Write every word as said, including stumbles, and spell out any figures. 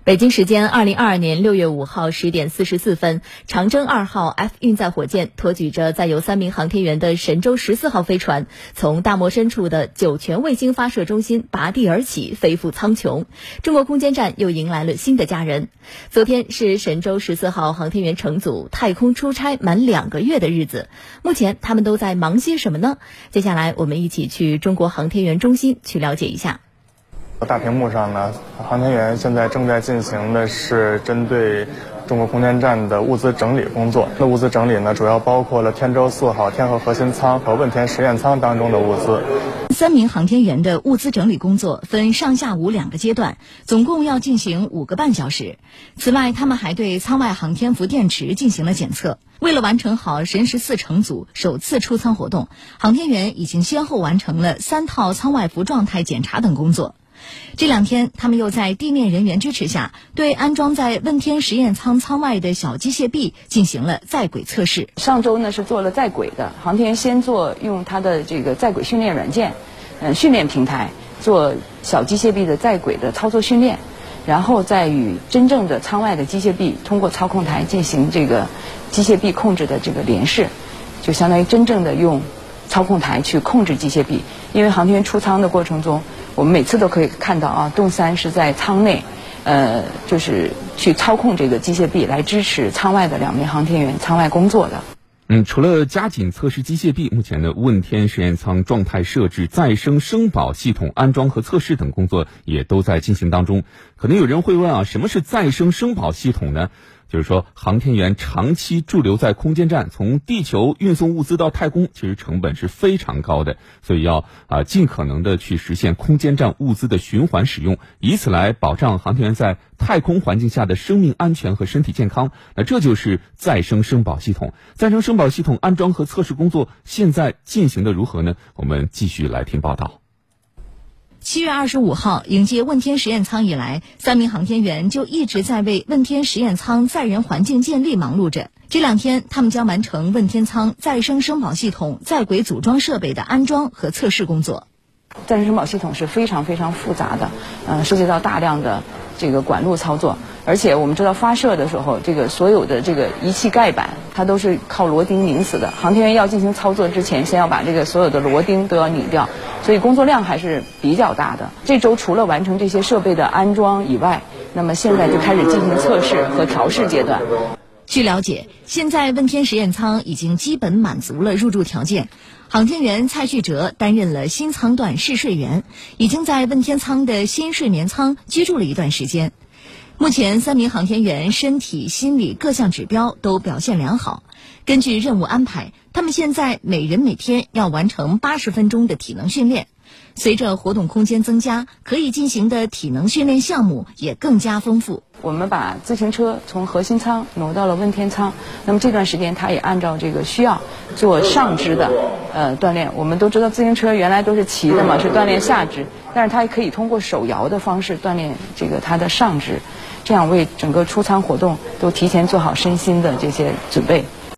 北京时间二零二二年六月五号十点四十四分，长征二号 F 运载火箭托举着载有三名航天员的神舟十四号飞船，从大漠深处的酒泉卫星发射中心拔地而起，飞赴苍穹。中国空间站又迎来了新的家人。昨天是神舟十四号航天员乘组太空出差满两个月的日子，目前他们都在忙些什么呢？接下来我们一起去中国航天员中心去了解一下。 大屏幕上呢，航天员现在正在进行的是针对中国空间站的物资整理工作。那物资整理呢，主要包括了天舟四号天河核心舱和问天实验舱当中的物资。 三名航天员的物资整理工作分上下午两个阶段，总共要进行五个半小时。此外，他们还对舱外航天服电池进行了检测。为了完成好神十四乘组首次出舱活动，航天员已经先后完成了三套舱外服状态检查等工作。这两天，他们又在地面人员支持下，对安装在问天实验舱舱外的小机械臂进行了在轨测试。 上周呢是做了在轨的，航天员先做用它的这个在轨训练软件，嗯，训练平台做小机械臂的在轨的操作训练，然后再与真正的舱外的机械臂通过操控台进行这个机械臂控制的这个联试，就相当于真正的用操控台去控制机械臂。因为航天员出舱的过程中，我们每次都可以看到啊，动三是在舱内，呃，就是去操控这个机械臂来支持舱外的两名航天员舱外工作的。 嗯，除了加紧测试机械臂，目前的问天实验舱状态设置、再生声保系统安装和测试等工作也都在进行当中。可能有人会问啊，什么是再生声保系统呢？就是说，航天员长期驻留在空间站，从地球运送物资到太空，其实成本是非常高的，所以要啊尽可能的去实现空间站物资的循环使用，以此来保障航天员在太空环境下的生命安全和身体健康。那这就是再生声保系统。再生声保系统安装和测试工作现在进行的如何呢？我们继续来听报道。 七月二十五号迎接问天实验舱以来，三名航天员就一直在为问天实验舱载人环境建立忙碌着。这两天，他们将完成问天舱再生声保系统在轨组装设备的安装和测试工作。 再生声保系统是非常非常复杂的，嗯、呃，涉及到大量的这个管路操作，而且我们知道发射的时候，这个所有的这个仪器盖板它都是靠螺钉拧死的。航天员要进行操作之前，先要把这个所有的螺钉都要拧掉，所以工作量还是比较大的。这周除了完成这些设备的安装以外，那么现在就开始进行测试和调试阶段。 据了解，现在问天实验舱已经基本满足了入住条件。航天员蔡旭哲担任了新舱段试睡员，已经在问天舱的新睡眠舱居住了一段时间。目前三名航天员身体、心理各项指标都表现良好。根据任务安排，他们现在每人每天要完成八十分钟的体能训练。随着活动空间增加，可以进行的体能训练项目也更加丰富。 我们把自行车从核心舱挪到了问天舱，那么这段时间它也按照这个需要做上肢的呃锻炼。我们都知道自行车原来都是骑的嘛，是锻炼下肢，但是它也可以通过手摇的方式锻炼这个它的上肢，这样为整个出舱活动都提前做好身心的这些准备。